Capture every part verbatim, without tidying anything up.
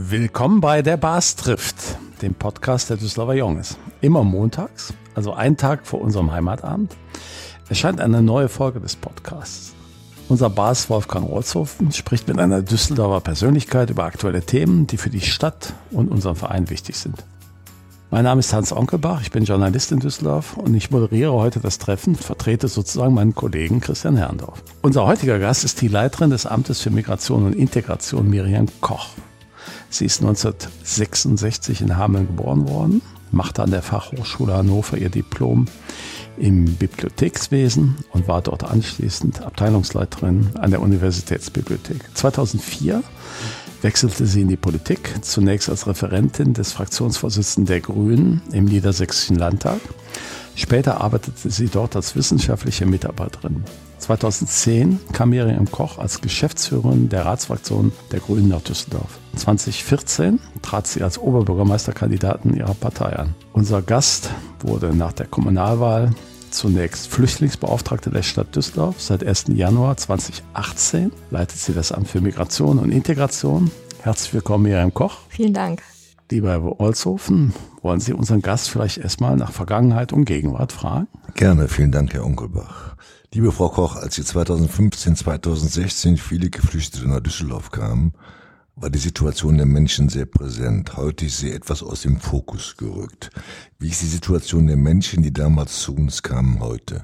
Willkommen bei Der Bas trifft, dem Podcast der Düsseldorfer Junges. Immer montags, also einen Tag vor unserem Heimatabend, erscheint eine neue Folge des Podcasts. Unser Bas Wolfgang Olshofen spricht mit einer Düsseldorfer Persönlichkeit über aktuelle Themen, die für die Stadt und unseren Verein wichtig sind. Mein Name ist Hans Onkelbach, ich bin Journalist in Düsseldorf und ich moderiere heute das Treffen, vertrete sozusagen meinen Kollegen Christian Herrndorf. Unser heutiger Gast ist die Leiterin des Amtes für Migration und Integration, Miriam Koch. Sie ist neunzehnhundertsechsundsechzig in Hameln geboren worden, machte an der Fachhochschule Hannover ihr Diplom im Bibliothekswesen und war dort anschließend Abteilungsleiterin an der Universitätsbibliothek. zweitausendvier wechselte sie in die Politik, zunächst als Referentin des Fraktionsvorsitzenden der Grünen im Niedersächsischen Landtag. Später arbeitete sie dort als wissenschaftliche Mitarbeiterin. zweitausendzehn kam Miriam Koch als Geschäftsführerin der Ratsfraktion der Grünen nach Düsseldorf. zweitausendvierzehn trat sie als Oberbürgermeisterkandidatin ihrer Partei an. Unser Gast wurde nach der Kommunalwahl zunächst Flüchtlingsbeauftragte der Stadt Düsseldorf. Seit ersten Januar zweitausendachtzehn leitet sie das Amt für Migration und Integration. Herzlich willkommen, Miriam Koch. Vielen Dank. Lieber Herr Olshofen, wollen Sie unseren Gast vielleicht erstmal nach Vergangenheit und Gegenwart fragen? Gerne, vielen Dank, Herr Onkelbach. Liebe Frau Koch, als Sie zweitausendfünfzehn, zweitausendsechzehn viele Geflüchtete nach Düsseldorf kamen, war die Situation der Menschen sehr präsent. Heute ist sie etwas aus dem Fokus gerückt. Wie ist die Situation der Menschen, die damals zu uns kamen, heute?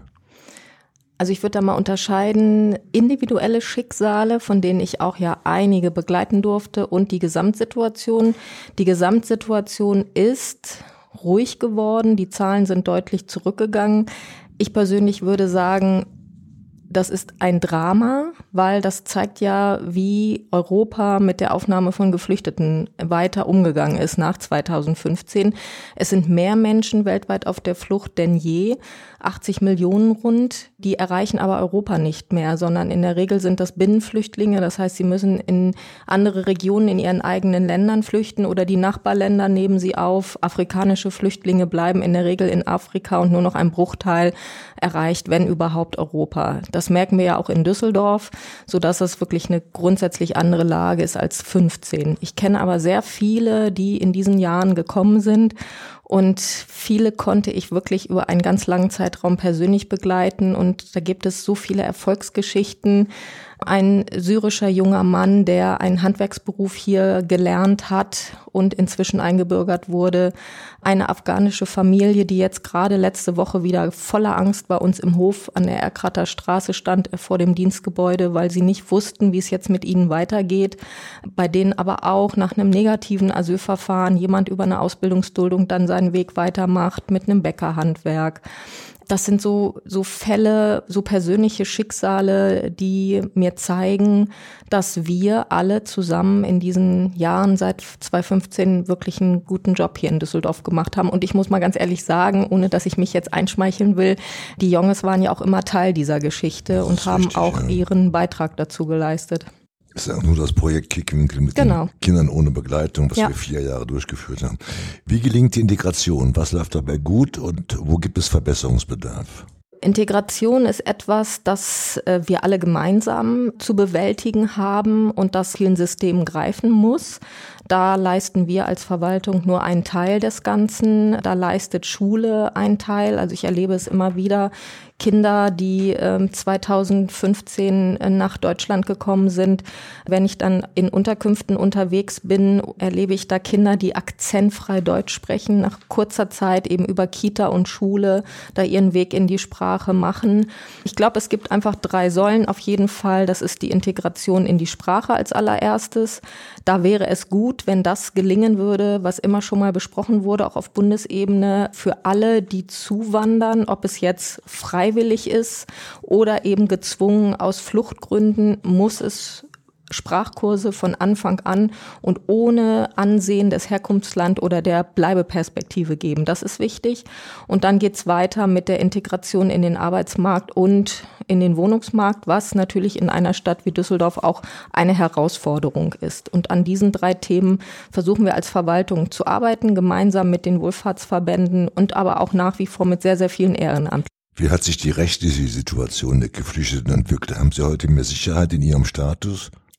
Also ich würde da mal unterscheiden, individuelle Schicksale, von denen ich auch ja einige begleiten durfte, und die Gesamtsituation. Die Gesamtsituation ist ruhig geworden, die Zahlen sind deutlich zurückgegangen. Ich persönlich würde sagen, das ist ein Drama, weil das zeigt ja, wie Europa mit der Aufnahme von Geflüchteten weiter umgegangen ist nach zweitausendfünfzehn. Es sind mehr Menschen weltweit auf der Flucht denn je, achtzig Millionen rund. Die erreichen aber Europa nicht mehr, sondern in der Regel sind das Binnenflüchtlinge. Das heißt, sie müssen in andere Regionen in ihren eigenen Ländern flüchten oder die Nachbarländer nehmen sie auf. Afrikanische Flüchtlinge bleiben in der Regel in Afrika und nur noch ein Bruchteil erreicht, wenn überhaupt, Europa. Das merken wir ja auch in Düsseldorf, sodass es wirklich eine grundsätzlich andere Lage ist als fünfzehn. Ich kenne aber sehr viele, die in diesen Jahren gekommen sind. Und viele konnte ich wirklich über einen ganz langen Zeitraum persönlich begleiten. Und da gibt es so viele Erfolgsgeschichten. Ein syrischer junger Mann, der einen Handwerksberuf hier gelernt hat und inzwischen eingebürgert wurde. Eine afghanische Familie, die jetzt gerade letzte Woche wieder voller Angst bei uns im Hof an der Erkrater Straße stand vor dem Dienstgebäude, weil sie nicht wussten, wie es jetzt mit ihnen weitergeht. Bei denen aber auch nach einem negativen Asylverfahren jemand über eine Ausbildungsduldung dann seinen Weg weitermacht mit einem Bäckerhandwerk. Das sind so, so Fälle, so persönliche Schicksale, die mir zeigen, dass wir alle zusammen in diesen Jahren seit zweitausendfünfzehn wirklich einen guten Job hier in Düsseldorf gemacht haben. Und ich muss mal ganz ehrlich sagen, ohne dass ich mich jetzt einschmeicheln will, die Jungs waren ja auch immer Teil dieser Geschichte und haben richtig, auch ja. ihren Beitrag dazu geleistet. Das ist ja nur das Projekt Kickwinkel mit genau. den Kindern ohne Begleitung, was ja. wir vier Jahre durchgeführt haben. Wie gelingt die Integration? Was läuft dabei gut und wo gibt es Verbesserungsbedarf? Integration ist etwas, das wir alle gemeinsam zu bewältigen haben und das vielen Systemen greifen muss. Da leisten wir als Verwaltung nur einen Teil des Ganzen. Da leistet Schule einen Teil. Also ich erlebe es immer wieder. Kinder, die äh, zweitausendfünfzehn nach Deutschland gekommen sind. Wenn ich dann in Unterkünften unterwegs bin, erlebe ich da Kinder, die akzentfrei Deutsch sprechen, nach kurzer Zeit eben über Kita und Schule da ihren Weg in die Sprache machen. Ich glaube, es gibt einfach drei Säulen auf jeden Fall. Das ist die Integration in die Sprache als allererstes. Da wäre es gut, wenn das gelingen würde, was immer schon mal besprochen wurde, auch auf Bundesebene, für alle, die zuwandern, ob es jetzt freiwillig ist oder eben gezwungen aus Fluchtgründen, muss es Sprachkurse von Anfang an und ohne Ansehen des Herkunftsland oder der Bleibeperspektive geben. Das ist wichtig. Und dann geht's weiter mit der Integration in den Arbeitsmarkt und in den Wohnungsmarkt, was natürlich in einer Stadt wie Düsseldorf auch eine Herausforderung ist. Und an diesen drei Themen versuchen wir als Verwaltung zu arbeiten, gemeinsam mit den Wohlfahrtsverbänden und aber auch nach wie vor mit sehr, sehr vielen Ehrenamtlichen. Wie hat sich die rechtliche Situation der Geflüchteten entwickelt? Haben Sie heute mehr Sicherheit in Ihrem Status?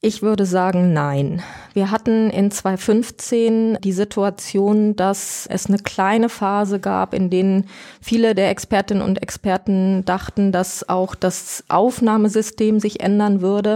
Ich würde sagen, nein. Wir hatten in zweitausendfünfzehn die Situation, dass es eine kleine Phase gab, in denen viele der Expertinnen und Experten dachten, dass auch das Aufnahmesystem sich ändern würde.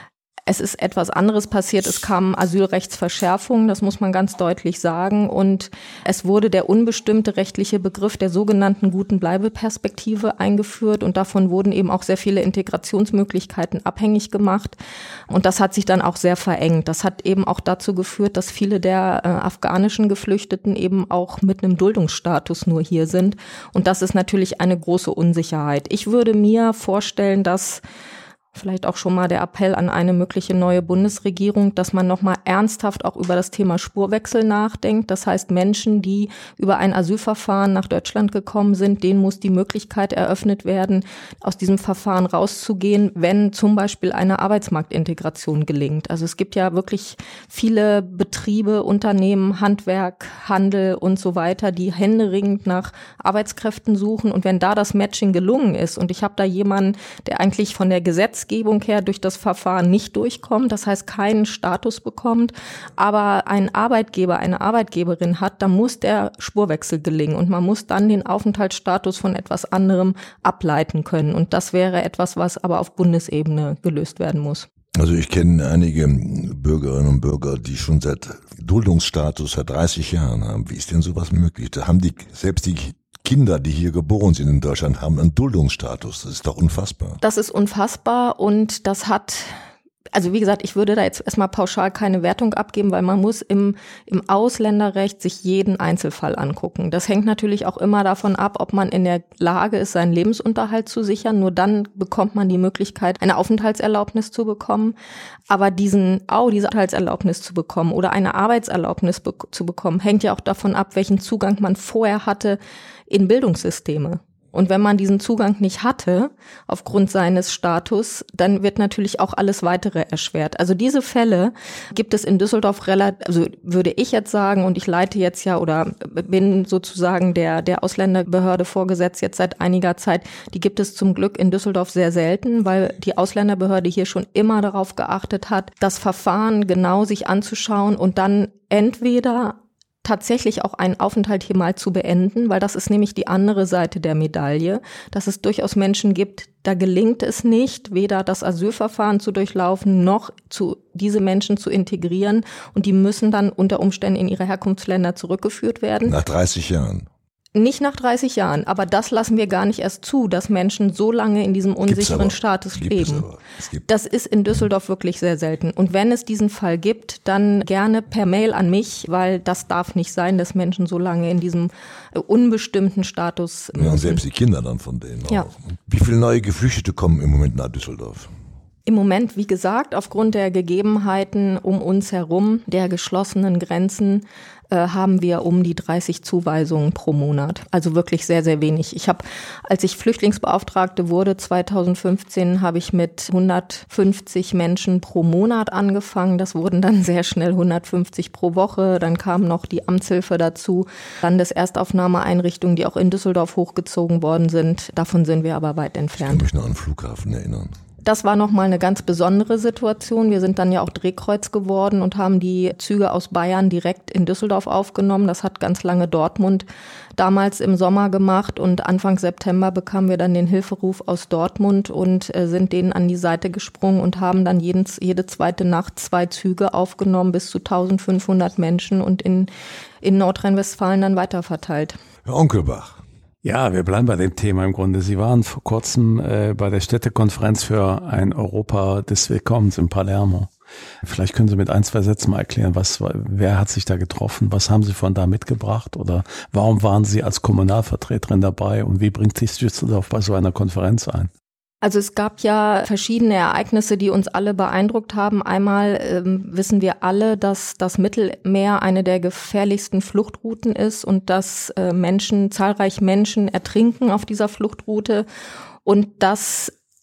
Es ist etwas anderes passiert. Es kamen Asylrechtsverschärfungen, das muss man ganz deutlich sagen. Und es wurde der unbestimmte rechtliche Begriff der sogenannten guten Bleibeperspektive eingeführt. Und davon wurden eben auch sehr viele Integrationsmöglichkeiten abhängig gemacht. Und das hat sich dann auch sehr verengt. Das hat eben auch dazu geführt, dass viele der äh, afghanischen Geflüchteten eben auch mit einem Duldungsstatus nur hier sind. Und das ist natürlich eine große Unsicherheit. Ich würde mir vorstellen, dass vielleicht auch schon mal der Appell an eine mögliche neue Bundesregierung, dass man nochmal ernsthaft auch über das Thema Spurwechsel nachdenkt. Das heißt, Menschen, die über ein Asylverfahren nach Deutschland gekommen sind, denen muss die Möglichkeit eröffnet werden, aus diesem Verfahren rauszugehen, wenn zum Beispiel eine Arbeitsmarktintegration gelingt. Also es gibt ja wirklich viele Betriebe, Unternehmen, Handwerk, Handel und so weiter, die händeringend nach Arbeitskräften suchen. Und wenn da das Matching gelungen ist und ich habe da jemanden, der eigentlich von der Gesetzgebung her durch das Verfahren nicht durchkommt, das heißt keinen Status bekommt, aber ein Arbeitgeber, eine Arbeitgeberin hat, dann muss der Spurwechsel gelingen und man muss dann den Aufenthaltsstatus von etwas anderem ableiten können. Und das wäre etwas, was aber auf Bundesebene gelöst werden muss. Also ich kenne einige Bürgerinnen und Bürger, die schon seit Duldungsstatus seit dreißig Jahren haben. Wie ist denn sowas möglich? Da haben die selbst die Kinder, die hier geboren sind in Deutschland, haben einen Duldungsstatus. Das ist doch unfassbar. Das ist unfassbar und das hat, also wie gesagt, ich würde da jetzt erstmal pauschal keine Wertung abgeben, weil man muss im, im Ausländerrecht sich jeden Einzelfall angucken. Das hängt natürlich auch immer davon ab, ob man in der Lage ist, seinen Lebensunterhalt zu sichern. Nur dann bekommt man die Möglichkeit, eine Aufenthaltserlaubnis zu bekommen. Aber diesen, auch diese Aufenthaltserlaubnis zu bekommen oder eine Arbeitserlaubnis be- zu bekommen, hängt ja auch davon ab, welchen Zugang man vorher hatte in Bildungssysteme. Und wenn man diesen Zugang nicht hatte, aufgrund seines Status, dann wird natürlich auch alles Weitere erschwert. Also diese Fälle gibt es in Düsseldorf relativ, also würde ich jetzt sagen, und ich leite jetzt ja oder bin sozusagen der, der Ausländerbehörde vorgesetzt jetzt seit einiger Zeit, die gibt es zum Glück in Düsseldorf sehr selten, weil die Ausländerbehörde hier schon immer darauf geachtet hat, das Verfahren genau sich anzuschauen und dann entweder tatsächlich auch einen Aufenthalt hier mal zu beenden, weil das ist nämlich die andere Seite der Medaille, dass es durchaus Menschen gibt, da gelingt es nicht, weder das Asylverfahren zu durchlaufen, noch zu diese Menschen zu integrieren und die müssen dann unter Umständen in ihre Herkunftsländer zurückgeführt werden. Nach dreißig Jahren. Nicht nach dreißig Jahren, aber das lassen wir gar nicht erst zu, dass Menschen so lange in diesem unsicheren aber, Status gibt leben. Es aber, es gibt. Das ist in Düsseldorf wirklich sehr selten. Und wenn es diesen Fall gibt, dann gerne per Mail an mich, weil das darf nicht sein, dass Menschen so lange in diesem unbestimmten Status ja, und selbst die Kinder dann von denen ja. auch. Wie viele neue Geflüchtete kommen im Moment nach Düsseldorf? Im Moment, wie gesagt, aufgrund der Gegebenheiten um uns herum, der geschlossenen Grenzen, äh, haben wir um die dreißig Zuweisungen pro Monat. Also wirklich sehr, sehr wenig. Ich habe, als ich Flüchtlingsbeauftragte wurde, zweitausendfünfzehn, habe ich mit hundertfünfzig Menschen pro Monat angefangen. Das wurden dann sehr schnell hundertfünfzig pro Woche. Dann kam noch die Amtshilfe dazu. Landeserstaufnahmeeinrichtungen, die auch in Düsseldorf hochgezogen worden sind. Davon sind wir aber weit entfernt. Ich kann mich noch an den Flughafen erinnern. Das war nochmal eine ganz besondere Situation. Wir sind dann ja auch Drehkreuz geworden und haben die Züge aus Bayern direkt in Düsseldorf aufgenommen. Das hat ganz lange Dortmund damals im Sommer gemacht und Anfang September bekamen wir dann den Hilferuf aus Dortmund und äh, sind denen an die Seite gesprungen und haben dann jeden, jede zweite Nacht zwei Züge aufgenommen, bis zu eintausendfünfhundert Menschen und in, in Nordrhein-Westfalen dann weiterverteilt. Herr Onkelbach. Ja, wir bleiben bei dem Thema im Grunde. Sie waren vor kurzem äh, bei der Städtekonferenz für ein Europa des Willkommens in Palermo. Vielleicht können Sie mit ein, zwei Sätzen mal erklären, was, wer hat sich da getroffen, was haben Sie von da mitgebracht oder warum waren Sie als Kommunalvertreterin dabei und wie bringt sich Düsseldorf bei so einer Konferenz ein? Also es gab ja verschiedene Ereignisse, die uns alle beeindruckt haben. Einmal ähm, wissen wir alle, dass das Mittelmeer eine der gefährlichsten Fluchtrouten ist und dass äh, Menschen, zahlreich Menschen ertrinken auf dieser Fluchtroute und dass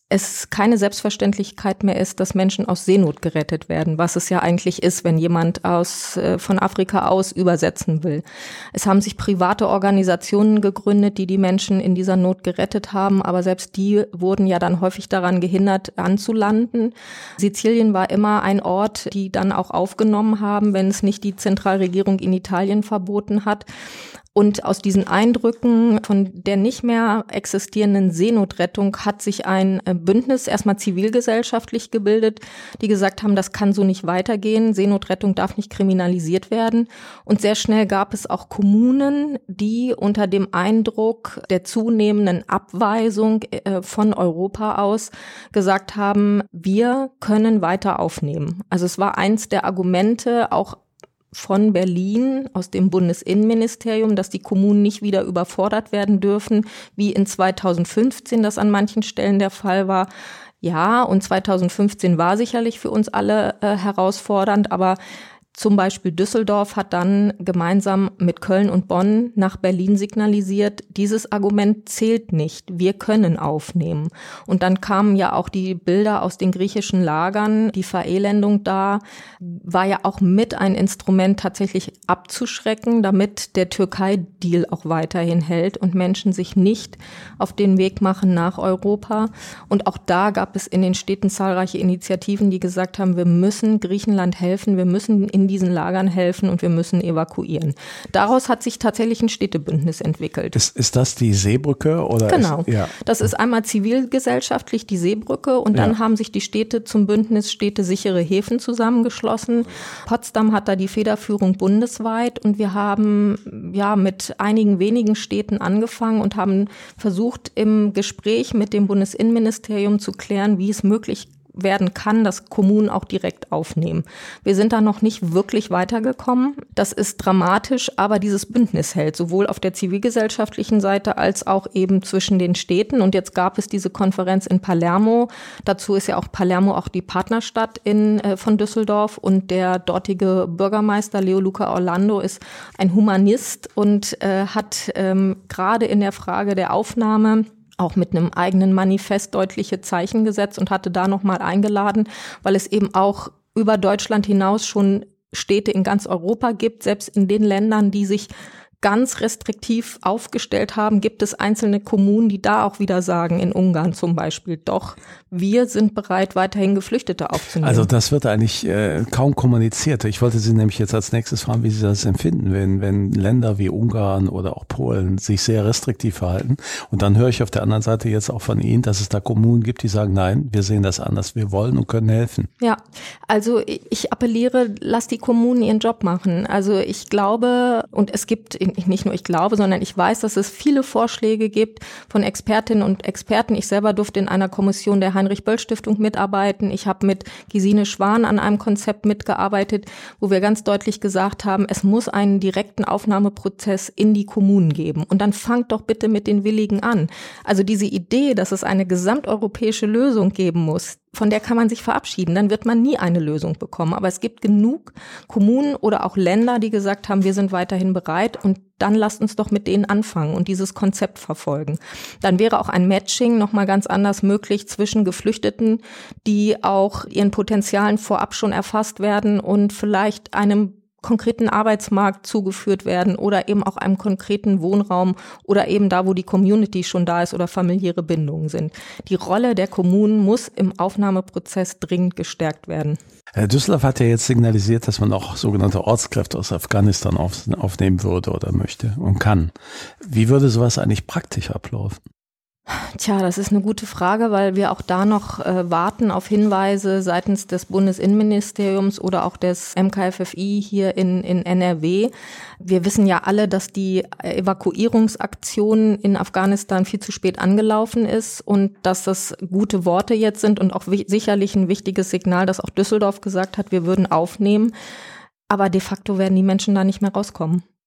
es keine Selbstverständlichkeit mehr ist, dass Menschen aus Seenot gerettet werden, was es ja eigentlich ist, wenn jemand aus äh, von Afrika aus übersetzen will. Es haben sich private Organisationen gegründet, die die Menschen in dieser Not gerettet haben, aber selbst die wurden ja dann häufig daran gehindert, anzulanden. Sizilien war immer ein Ort, die dann auch aufgenommen haben, wenn es nicht die Zentralregierung in Italien verboten hat. Und aus diesen Eindrücken von der nicht mehr existierenden Seenotrettung hat sich ein Bündnis erstmal zivilgesellschaftlich gebildet, die gesagt haben, das kann so nicht weitergehen, Seenotrettung darf nicht kriminalisiert werden. Und sehr schnell gab es auch Kommunen, die unter dem Eindruck der zunehmenden Abweisung von Europa aus gesagt haben, wir können weiter aufnehmen. Also es war eins der Argumente auch von Berlin aus dem Bundesinnenministerium, dass die Kommunen nicht wieder überfordert werden dürfen, wie in zweitausendfünfzehn das an manchen Stellen der Fall war. Ja, und zweitausendfünfzehn war sicherlich für uns alle äh, herausfordernd, aber zum Beispiel Düsseldorf hat dann gemeinsam mit Köln und Bonn nach Berlin signalisiert, dieses Argument zählt nicht, wir können aufnehmen. Und dann kamen ja auch die Bilder aus den griechischen Lagern, die Verelendung da, war ja auch mit ein Instrument tatsächlich abzuschrecken, damit der Türkei-Deal auch weiterhin hält und Menschen sich nicht auf den Weg machen nach Europa. Und auch da gab es in den Städten zahlreiche Initiativen, die gesagt haben, wir müssen Griechenland helfen, wir müssen in diesen Lagern helfen und wir müssen evakuieren. Daraus hat sich tatsächlich ein Städtebündnis entwickelt. Ist, ist das die Seebrücke? Oder genau. Ist, ja. Das ist einmal zivilgesellschaftlich die Seebrücke und dann ja. haben sich die Städte zum Bündnis Städte sichere Häfen zusammengeschlossen. Potsdam hat da die Federführung bundesweit und wir haben ja mit einigen wenigen Städten angefangen und haben versucht, im Gespräch mit dem Bundesinnenministerium zu klären, wie es möglich ist, werden kann, dass Kommunen auch direkt aufnehmen. Wir sind da noch nicht wirklich weitergekommen. Das ist dramatisch, aber dieses Bündnis hält, sowohl auf der zivilgesellschaftlichen Seite als auch eben zwischen den Städten. Und jetzt gab es diese Konferenz in Palermo. Dazu ist ja auch Palermo auch die Partnerstadt in, äh, von Düsseldorf. Und der dortige Bürgermeister Leo Luca Orlando ist ein Humanist und äh, hat ähm, gerade in der Frage der Aufnahme auch mit einem eigenen Manifest deutliche Zeichen gesetzt und hatte da nochmal eingeladen, weil es eben auch über Deutschland hinaus schon Städte in ganz Europa gibt, selbst in den Ländern, die sich ganz restriktiv aufgestellt haben, gibt es einzelne Kommunen, die da auch wieder sagen, in Ungarn zum Beispiel, doch, wir sind bereit, weiterhin Geflüchtete aufzunehmen. Also das wird eigentlich äh, kaum kommuniziert. Ich wollte Sie nämlich jetzt als nächstes fragen, wie Sie das empfinden, wenn, wenn Länder wie Ungarn oder auch Polen sich sehr restriktiv verhalten. Und dann höre ich auf der anderen Seite jetzt auch von Ihnen, dass es da Kommunen gibt, die sagen, nein, wir sehen das anders, wir wollen und können helfen. Ja, also ich appelliere, lass die Kommunen ihren Job machen. Also ich glaube, und es gibt in nicht nur ich glaube, sondern ich weiß, dass es viele Vorschläge gibt von Expertinnen und Experten. Ich selber durfte in einer Kommission der Heinrich-Böll-Stiftung mitarbeiten. Ich habe mit Gesine Schwan an einem Konzept mitgearbeitet, wo wir ganz deutlich gesagt haben, es muss einen direkten Aufnahmeprozess in die Kommunen geben. Und dann fangt doch bitte mit den Willigen an. Also diese Idee, dass es eine gesamteuropäische Lösung geben muss, von der kann man sich verabschieden, dann wird man nie eine Lösung bekommen. Aber es gibt genug Kommunen oder auch Länder, die gesagt haben, wir sind weiterhin bereit und dann lasst uns doch mit denen anfangen und dieses Konzept verfolgen. Dann wäre auch ein Matching nochmal ganz anders möglich zwischen Geflüchteten, die auch ihren Potenzialen vorab schon erfasst werden und vielleicht einem konkreten Arbeitsmarkt zugeführt werden oder eben auch einem konkreten Wohnraum oder eben da, wo die Community schon da ist oder familiäre Bindungen sind. Die Rolle der Kommunen muss im Aufnahmeprozess dringend gestärkt werden. Herr Düsseldorf hat ja jetzt signalisiert, dass man auch sogenannte Ortskräfte aus Afghanistan auf, aufnehmen würde oder möchte und kann. Wie würde sowas eigentlich praktisch ablaufen? Tja, das ist eine gute Frage, weil wir auch da noch äh, warten auf Hinweise seitens des Bundesinnenministeriums oder auch des M K F F I hier in, in N R W. Wir wissen ja alle, dass die Evakuierungsaktion in Afghanistan viel zu spät angelaufen ist und dass das gute Worte jetzt sind und auch w- sicherlich ein wichtiges Signal, dass auch Düsseldorf gesagt hat, wir würden aufnehmen. Aber de facto werden die Menschen da nicht mehr rauskommen.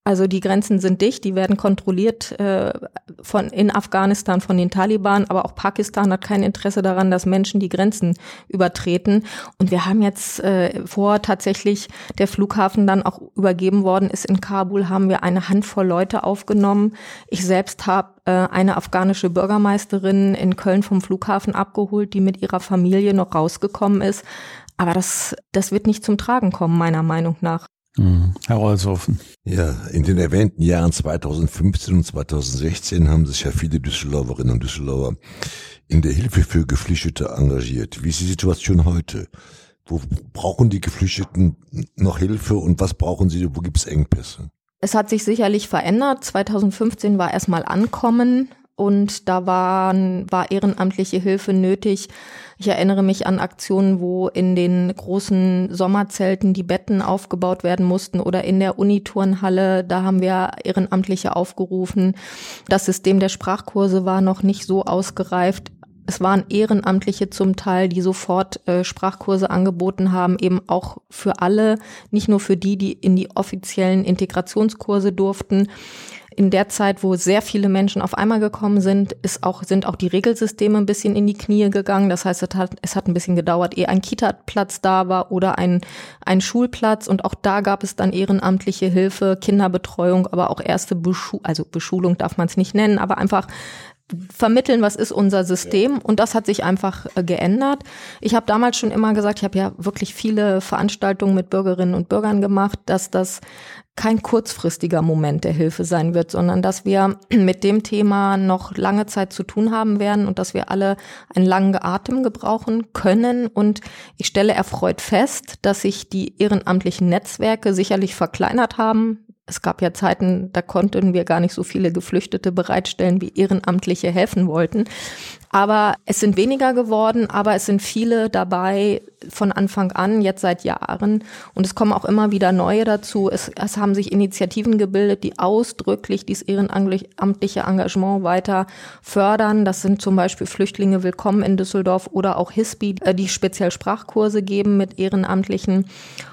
Also die Grenzen sind dicht, die werden kontrolliert äh, von in Afghanistan von den Taliban, aber auch Pakistan hat kein Interesse daran, dass Menschen die Grenzen übertreten. Und wir haben jetzt äh, vor, tatsächlich der Flughafen dann auch übergeben worden ist in Kabul, haben wir eine Handvoll Leute aufgenommen. Ich selbst habe äh, eine afghanische Bürgermeisterin in Köln vom Flughafen abgeholt, die mit ihrer Familie noch rausgekommen ist. Aber das, das wird nicht zum Tragen kommen, meiner Meinung nach. Mhm. Herr Rolshofen. Ja, in den erwähnten Jahren zweitausendfünfzehn und zweitausendsechzehn haben sich ja viele Düsseldorferinnen und Düsseldorfer in der Hilfe für Geflüchtete engagiert. Wie ist die Situation heute? Wo brauchen die Geflüchteten noch Hilfe und was brauchen sie, wo gibt es Engpässe? Es hat sich sicherlich verändert. zweitausendfünfzehn war erstmal Ankommen. Und da waren, war ehrenamtliche Hilfe nötig. Ich erinnere mich an Aktionen, wo in den großen Sommerzelten die Betten aufgebaut werden mussten oder in der Uniturnhalle. Da haben wir Ehrenamtliche aufgerufen. Das System der Sprachkurse war noch nicht so ausgereift. Es waren Ehrenamtliche zum Teil, die sofort äh, Sprachkurse angeboten haben, eben auch für alle, nicht nur für die, die in die offiziellen Integrationskurse durften. In der Zeit, wo sehr viele Menschen auf einmal gekommen sind, ist auch, sind auch die Regelsysteme ein bisschen in die Knie gegangen. Das heißt, es hat, es hat ein bisschen gedauert, ehe ein Kita-Platz da war oder ein, ein Schulplatz. Und auch da gab es dann ehrenamtliche Hilfe, Kinderbetreuung, aber auch erste Beschulung, also Beschulung darf man es nicht nennen, aber einfach vermitteln, was ist unser System, und das hat sich einfach äh, geändert. Ich habe damals schon immer gesagt, ich habe ja wirklich viele Veranstaltungen mit Bürgerinnen und Bürgern gemacht, dass das kein kurzfristiger Moment der Hilfe sein wird, sondern dass wir mit dem Thema noch lange Zeit zu tun haben werden und dass wir alle einen langen Atem gebrauchen können. Und ich stelle erfreut fest, dass sich die ehrenamtlichen Netzwerke sicherlich verkleinert haben. Es gab ja Zeiten, da konnten wir gar nicht so viele Geflüchtete bereitstellen, wie Ehrenamtliche helfen wollten. Aber es sind weniger geworden, aber es sind viele dabei von Anfang an, jetzt seit Jahren. Und es kommen auch immer wieder neue dazu. Es, es haben sich Initiativen gebildet, die ausdrücklich dieses ehrenamtliche Engagement weiter fördern. Das sind zum Beispiel Flüchtlinge Willkommen in Düsseldorf oder auch H I S P I, die speziell Sprachkurse geben mit Ehrenamtlichen.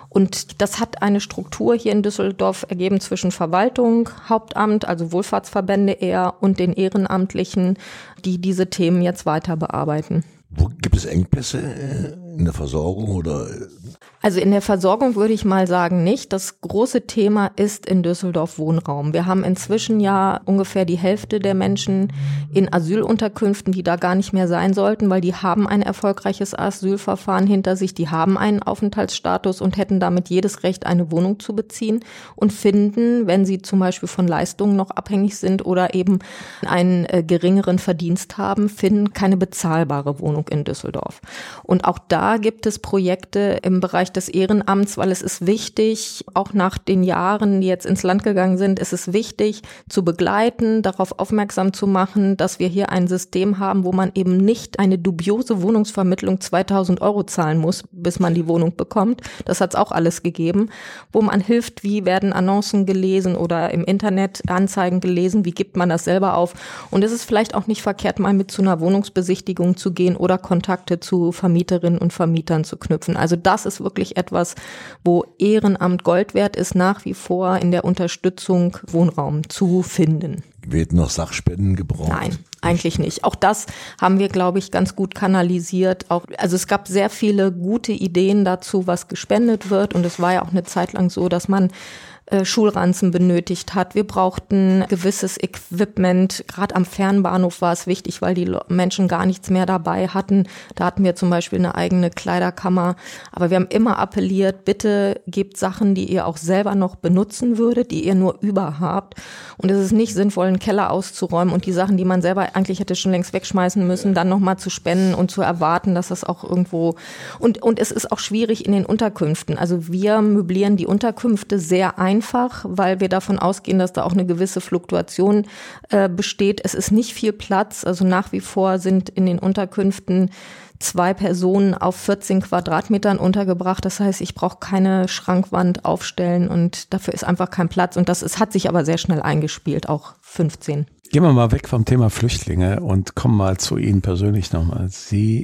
Und das hat eine Struktur hier in Düsseldorf ergeben zwischen Verwaltung, Hauptamt, also Wohlfahrtsverbände eher, und den Ehrenamtlichen, die diese Themen jetzt weiter bearbeiten. Wo gibt es Engpässe in der Versorgung oder? Also in der Versorgung würde ich mal sagen nicht. Das große Thema ist in Düsseldorf Wohnraum. Wir haben inzwischen ja ungefähr die Hälfte der Menschen in Asylunterkünften, die da gar nicht mehr sein sollten, weil die haben ein erfolgreiches Asylverfahren hinter sich, die haben einen Aufenthaltsstatus und hätten damit jedes Recht, eine Wohnung zu beziehen, und finden, wenn sie zum Beispiel von Leistungen noch abhängig sind oder eben einen äh, geringeren Verdienst haben, finden keine bezahlbare Wohnung in Düsseldorf. Und auch da gibt es Projekte im Bereich des Ehrenamts, weil es ist wichtig, auch nach den Jahren, die jetzt ins Land gegangen sind, ist es wichtig zu begleiten, darauf aufmerksam zu machen, dass wir hier ein System haben, wo man eben nicht eine dubiose Wohnungsvermittlung zweitausend Euro zahlen muss, bis man die Wohnung bekommt. Das hat es auch alles gegeben. Wo man hilft, wie werden Annoncen gelesen oder im Internet Anzeigen gelesen, wie gibt man das selber auf. Und es ist vielleicht auch nicht verkehrt, mal mit zu einer Wohnungsbesichtigung zu gehen oder Kontakte zu Vermieterinnen und Vermietern zu knüpfen. Also das ist wirklich etwas, wo Ehrenamt Gold wert ist, nach wie vor in der Unterstützung Wohnraum zu finden. Wird noch Sachspenden gebraucht? Nein, eigentlich nicht. Auch das haben wir, glaube ich, ganz gut kanalisiert. Auch, also es gab sehr viele gute Ideen dazu, was gespendet wird. Und es war ja auch eine Zeit lang so, dass man Schulranzen benötigt hat. Wir brauchten gewisses Equipment. Gerade am Fernbahnhof war es wichtig, weil die Menschen gar nichts mehr dabei hatten. Da hatten wir zum Beispiel eine eigene Kleiderkammer. Aber wir haben immer appelliert, bitte gebt Sachen, die ihr auch selber noch benutzen würdet, die ihr nur über habt. Und es ist nicht sinnvoll, einen Keller auszuräumen und die Sachen, die man selber eigentlich hätte schon längst wegschmeißen müssen, dann nochmal zu spenden und zu erwarten, dass das auch irgendwo... Und, und es ist auch schwierig in den Unterkünften. Also wir möblieren die Unterkünfte sehr ein, einfach, weil wir davon ausgehen, dass da auch eine gewisse Fluktuation äh, besteht. Es ist nicht viel Platz, also nach wie vor sind in den Unterkünften zwei Personen auf vierzehn Quadratmetern untergebracht. Das heißt, ich brauche keine Schrankwand aufstellen und dafür ist einfach kein Platz. Und das ist, hat sich aber sehr schnell eingespielt, auch fünfzehn. Gehen wir mal weg vom Thema Flüchtlinge und kommen mal zu Ihnen persönlich nochmal. Sie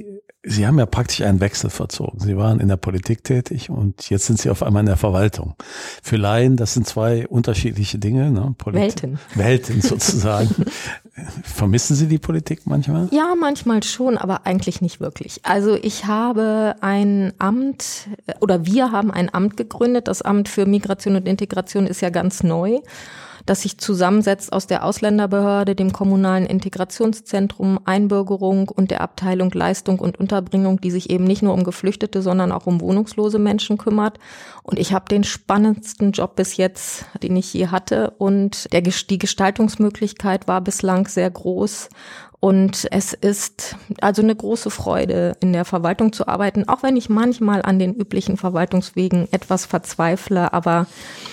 Sie haben ja praktisch einen Wechsel verzogen. Sie waren in der Politik tätig und jetzt sind Sie auf einmal in der Verwaltung. Für Laien, das sind zwei unterschiedliche Dinge. Ne? Polit- Welten. Welten sozusagen. Vermissen Sie die Politik manchmal? Ja, manchmal schon, aber eigentlich nicht wirklich. Also ich habe ein Amt oder wir haben ein Amt gegründet. Das Amt für Migration und Integration ist ja ganz neu, das sich zusammensetzt aus der Ausländerbehörde, dem kommunalen Integrationszentrum, Einbürgerung und der Abteilung Leistung und Unterbringung, die sich eben nicht nur um Geflüchtete, sondern auch um wohnungslose Menschen kümmert. Und ich habe den spannendsten Job bis jetzt, den ich je hatte. Und der, die Gestaltungsmöglichkeit war bislang sehr groß. Und es ist also eine große Freude, in der Verwaltung zu arbeiten, auch wenn ich manchmal an den üblichen Verwaltungswegen etwas verzweifle, aber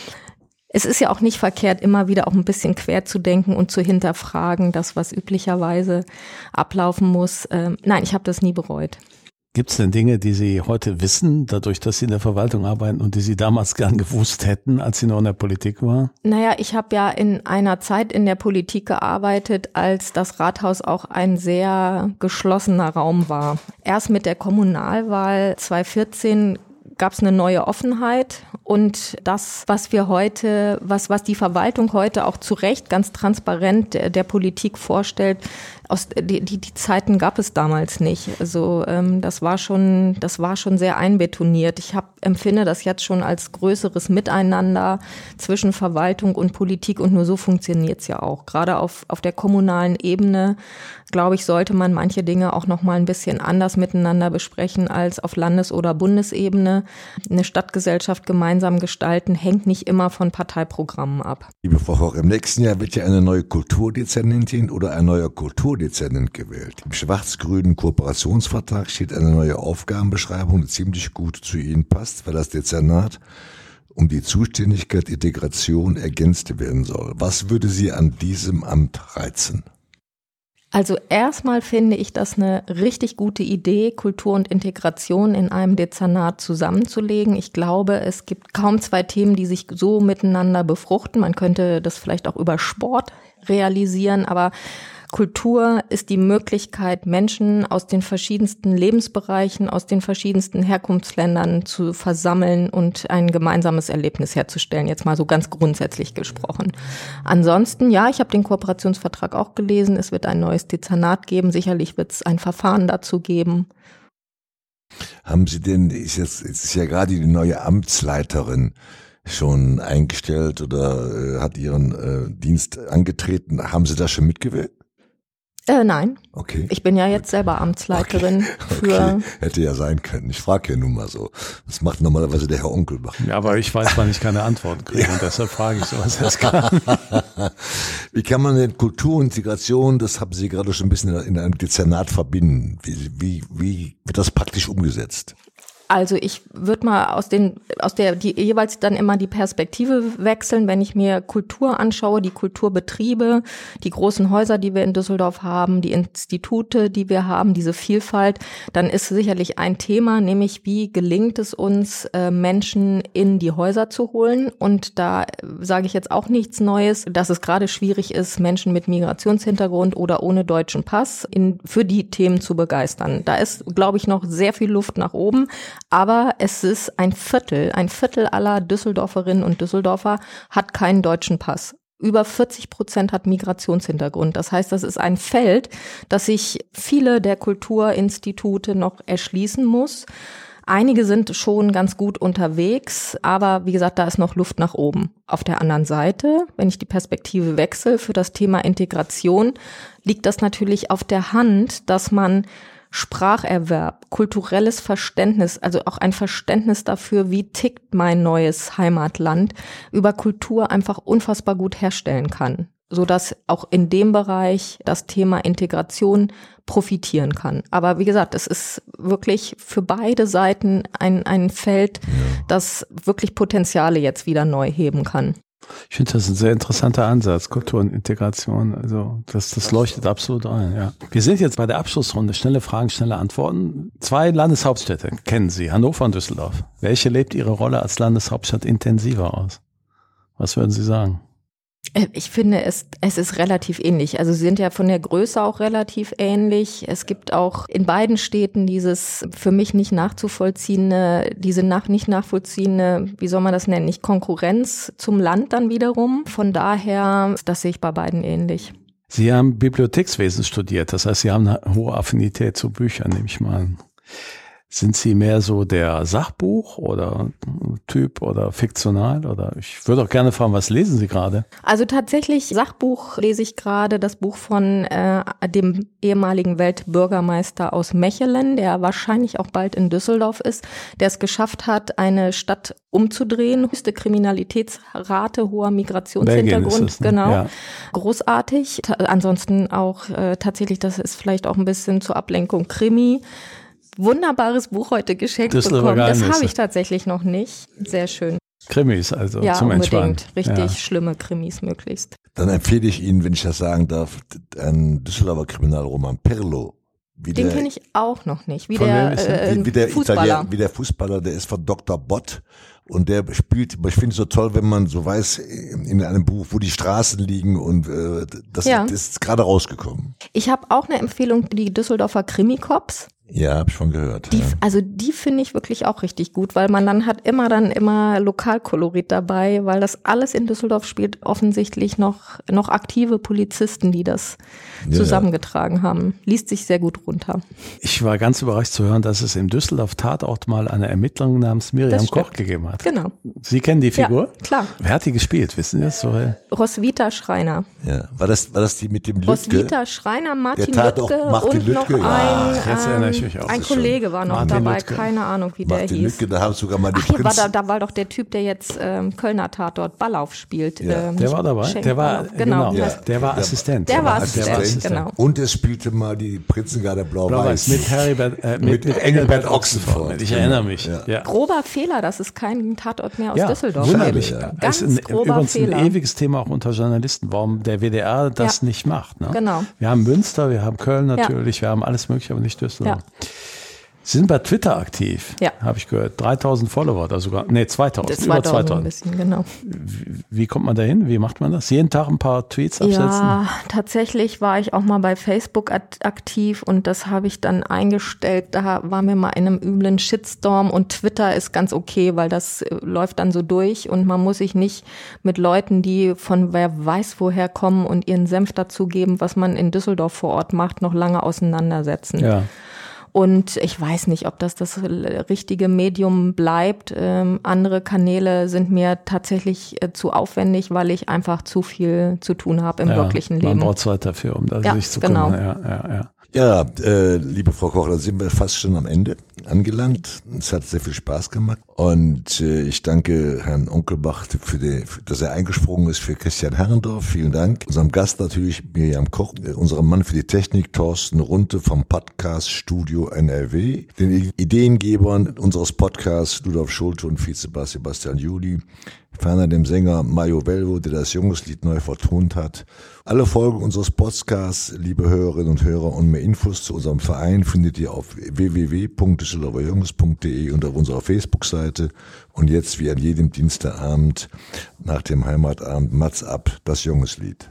es ist ja auch nicht verkehrt, immer wieder auch ein bisschen quer zu denken und zu hinterfragen, das, was üblicherweise ablaufen muss. Ähm, nein, ich habe das nie bereut. Gibt es denn Dinge, die Sie heute wissen, dadurch, dass Sie in der Verwaltung arbeiten und die Sie damals gern gewusst hätten, als Sie noch in der Politik waren? Naja, ich habe ja in einer Zeit in der Politik gearbeitet, als das Rathaus auch ein sehr geschlossener Raum war. Erst mit der Kommunalwahl zweitausendvierzehn gab es eine neue Offenheit und das, was wir heute, was, was die Verwaltung heute auch zu Recht ganz transparent der, der Politik vorstellt, aus, die, die, die Zeiten gab es damals nicht. Also ähm, das war schon, das war schon sehr einbetoniert. Ich hab, empfinde das jetzt schon als größeres Miteinander zwischen Verwaltung und Politik und nur so funktioniert es ja auch. Gerade auf, auf der kommunalen Ebene, glaube ich, sollte man manche Dinge auch noch mal ein bisschen anders miteinander besprechen als auf Landes- oder Bundesebene. Eine Stadtgesellschaft gemeinsam gestalten hängt nicht immer von Parteiprogrammen ab. Liebe Frau Koch, im nächsten Jahr wird ja eine neue Kulturdezernentin oder ein neuer Kulturdezernent gewählt. Im schwarz-grünen Kooperationsvertrag steht eine neue Aufgabenbeschreibung, die ziemlich gut zu Ihnen passt, weil das Dezernat um die Zuständigkeit Integration ergänzt werden soll. Was würde Sie an diesem Amt reizen? Also erstmal finde ich das eine richtig gute Idee, Kultur und Integration in einem Dezernat zusammenzulegen. Ich glaube, es gibt kaum zwei Themen, die sich so miteinander befruchten. Man könnte das vielleicht auch über Sport realisieren, aber Kultur ist die Möglichkeit, Menschen aus den verschiedensten Lebensbereichen, aus den verschiedensten Herkunftsländern zu versammeln und ein gemeinsames Erlebnis herzustellen, jetzt mal so ganz grundsätzlich gesprochen. Ansonsten, ja, ich habe den Kooperationsvertrag auch gelesen, es wird ein neues Dezernat geben, sicherlich wird es ein Verfahren dazu geben. Haben Sie denn, ist jetzt, jetzt ist ja gerade die neue Amtsleiterin schon eingestellt oder äh, hat ihren äh, Dienst angetreten, haben Sie das schon mitgewählt? Äh, nein. Okay. Ich bin ja jetzt selber Amtsleiterin okay. für. Okay. Hätte ja sein können. Ich frage ja nun mal so. Das macht normalerweise der Herr Onkelbach. Ja, aber ich weiß, wann ich keine Antworten kriege ja. Und deshalb frage ich sowas erst gar nicht. Wie kann man denn Kultur und Integration, das haben Sie gerade schon ein bisschen in einem Dezernat verbinden. Wie, wie, wie wird das praktisch umgesetzt? Also ich würde mal aus den aus der die jeweils dann immer die Perspektive wechseln, wenn ich mir Kultur anschaue, die Kulturbetriebe, die großen Häuser, die wir in Düsseldorf haben, die Institute, die wir haben, diese Vielfalt, dann ist sicherlich ein Thema, nämlich wie gelingt es uns, Menschen in die Häuser zu holen. Und da sage ich jetzt auch nichts Neues, dass es gerade schwierig ist, Menschen mit Migrationshintergrund oder ohne deutschen Pass in, für die Themen zu begeistern. Da ist, glaube ich, noch sehr viel Luft nach oben. Aber es ist ein Viertel, ein Viertel aller Düsseldorferinnen und Düsseldorfer hat keinen deutschen Pass. Über vierzig Prozent hat Migrationshintergrund. Das heißt, das ist ein Feld, das sich viele der Kulturinstitute noch erschließen muss. Einige sind schon ganz gut unterwegs, aber wie gesagt, da ist noch Luft nach oben. Auf der anderen Seite, wenn ich die Perspektive wechsle für das Thema Integration, liegt das natürlich auf der Hand, dass man Spracherwerb, kulturelles Verständnis, also auch ein Verständnis dafür, wie tickt mein neues Heimatland, über Kultur einfach unfassbar gut herstellen kann, sodass auch in dem Bereich das Thema Integration profitieren kann. Aber wie gesagt, es ist wirklich für beide Seiten ein, ein Feld, das wirklich Potenziale jetzt wieder neu heben kann. Ich finde, das ist ein sehr interessanter Ansatz, Kultur und Integration. Also das, das leuchtet absolut ein. Ja. Wir sind jetzt bei der Abschlussrunde. Schnelle Fragen, schnelle Antworten. Zwei Landeshauptstädte kennen Sie, Hannover und Düsseldorf. Welche lebt Ihre Rolle als Landeshauptstadt intensiver aus? Was würden Sie sagen? Ich finde, es, es ist relativ ähnlich. Also sie sind ja von der Größe auch relativ ähnlich. Es gibt auch in beiden Städten dieses für mich nicht nachzuvollziehende, diese nach, nicht nachvollziehende, wie soll man das nennen, nicht Konkurrenz zum Land dann wiederum. Von daher, das sehe ich bei beiden ähnlich. Sie haben Bibliothekswesen studiert, das heißt, Sie haben eine hohe Affinität zu Büchern, nehme ich mal an. Sind Sie mehr so der Sachbuch oder Typ oder fiktional? Oder ich würde auch gerne fragen, was lesen Sie gerade? Also tatsächlich Sachbuch lese ich gerade, das Buch von äh, dem ehemaligen Weltbürgermeister aus Mechelen, der wahrscheinlich auch bald in Düsseldorf ist, der es geschafft hat, eine Stadt umzudrehen. Höchste Kriminalitätsrate, hoher Migrationshintergrund, es, ne? genau. Ja. Großartig. Ta- ansonsten auch äh, tatsächlich, das ist vielleicht auch ein bisschen zur Ablenkung Krimi. Wunderbares Buch heute geschenkt bekommen. Das habe ich tatsächlich noch nicht. Sehr schön. Krimis, also ja, zum Entspannen. Unbedingt. Richtig ja. schlimme Krimis möglichst. Dann empfehle ich Ihnen, wenn ich das sagen darf, einen Düsseldorfer Kriminalroman Perlo. Wie Den der, kenne ich auch noch nicht. Wie Von der, wem ist der? äh, wie, wie, der Fußballer. Italiener, wie der Fußballer, der ist von Doktor Bott. Und der spielt, ich finde es so toll, wenn man so weiß, in einem Buch, wo die Straßen liegen und äh, das, Ja. das ist gerade rausgekommen. Ich habe auch eine Empfehlung, die Düsseldorfer Krimi-Cops. Ja, habe ich schon gehört. Die, ja. also die finde ich wirklich auch richtig gut, weil man dann hat immer dann immer Lokalkolorit dabei, weil das alles in Düsseldorf spielt, offensichtlich noch, noch aktive Polizisten, die das Ja. zusammengetragen haben. Liest sich sehr gut runter. Ich war ganz überrascht zu hören, dass es im Düsseldorf Tatort mal eine Ermittlung namens Miriam Das stimmt. Koch gegeben hat. Genau. Sie kennen die Figur? Ja, klar. Wer hat die gespielt? Wissen Sie das so? Roswitha Schreiner. Ja. War das, war das die mit dem Lübcke? Roswitha Schreiner, Martin Der Tat auch Lübcke Martin und Lübcke, noch ja. ein, Ach, jetzt erinnere ich ähm, mich auch. ein Das ist Kollege war noch Martin dabei, Lübcke. keine Ahnung, wie der Martin hieß. Lübcke, da haben sogar mal die Ach, hier war Prinz. da, da war doch der Typ, der jetzt ähm, Kölner Tatort Ballauf spielt. Ja. ähm, Der nicht war dabei? Schenk Der war, Ballauf. genau. genau, heißt- der war Der- Assistent. Der war Der Assistent, Assistent. genau. Und es spielte mal die Prinzengarde Blau-Weiß Blau-Weiß. mit Heribert, äh, mit, Mit mit Engelbert Engelbert Ochsenfort. Ochsenfort. Ich Genau. erinnere mich. Ja. Ja. Grober Fehler, dass es keinen Tatort mehr aus Ja, Düsseldorf wunderlich. gibt. Ja. Ganz Das ist ein, grober übrigens Fehler. ein ewiges Thema auch unter Journalisten, warum der W D R das Ja. nicht macht. Ne? Genau. Wir haben Münster, wir haben Köln natürlich, wir haben alles mögliche, aber nicht Düsseldorf. Ja. Sie sind bei Twitter aktiv, Ja. habe ich gehört. dreitausend Follower da sogar. Nee, zweitausend. Das Über zweitausend ein zweitausend. bisschen, genau. Wie, wie kommt man da hin? Wie macht man das? Jeden Tag ein paar Tweets absetzen? Ja, tatsächlich war ich auch mal bei Facebook at- aktiv und das habe ich dann eingestellt. Da waren wir mal in einem üblen Shitstorm und Twitter ist ganz okay, weil das äh, läuft dann so durch und man muss sich nicht mit Leuten, die von wer weiß woher kommen und ihren Senf dazugeben, was man in Düsseldorf vor Ort macht, noch lange auseinandersetzen. Ja. Und ich weiß nicht, ob das das richtige Medium bleibt. Ähm, andere Kanäle sind mir tatsächlich äh, zu aufwendig, weil ich einfach zu viel zu tun habe im ja, wirklichen Man Leben. braucht Zeit dafür, um da Ja, sich zu genau. kümmern. Ja, ja, ja. Ja, äh, liebe Frau Koch, da sind wir fast schon am Ende angelangt. Es hat sehr viel Spaß gemacht und äh, ich danke Herrn Onkelbach, für die, für, dass er eingesprungen ist für Christian Herrendorf. Vielen Dank. Unserem Gast natürlich Miriam Koch, äh, unserem Mann für die Technik Thorsten Runte vom Podcast Studio N R W, den Ideengebern unseres Podcasts Ludolf Schulte und Vizebass Sebastian Juli, ferner dem Sänger Mario Velvo, der das Jungslied neu vertont hat. Alle Folgen unseres Podcasts, liebe Hörerinnen und Hörer, und mehr Infos zu unserem Verein findet ihr auf w w w punkt düsseldorfer junges punkt de und auf unserer Facebook-Seite. Und jetzt, wie an jedem Dienstagabend nach dem Heimatabend, Mats ab, das Jungeslied.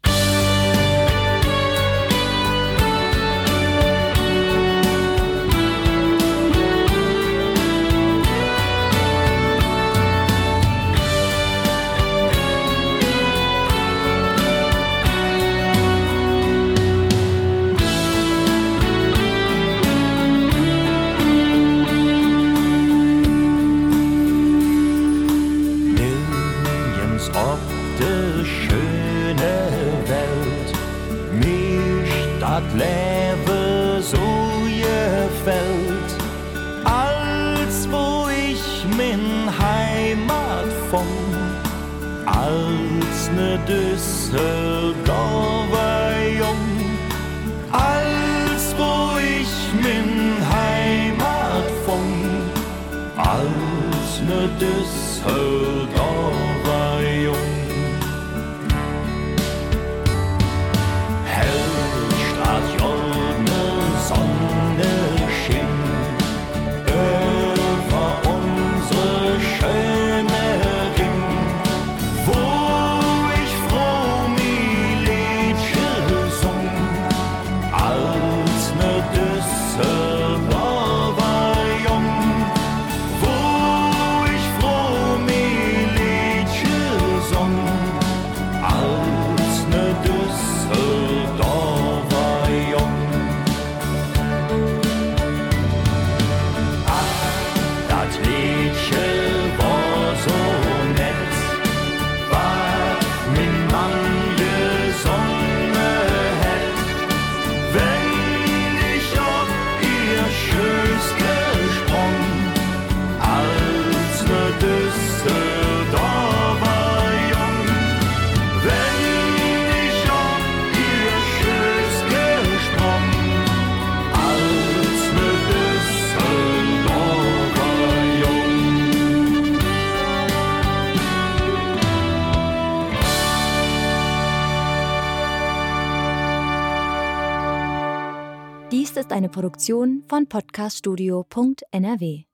Nirgends ob de schöne Welt mir statt Lebe so gefällt, als wo ich min Heimat fand, als ne Düsseldorfer Jung, als wo ich min Heimat fand, als ne Düsseldorfer Jung. Hellstadt, ne Sonne schien über unsere schöne Ring, wo ich froh Dies ist eine Produktion von podcaststudio punkt n r w.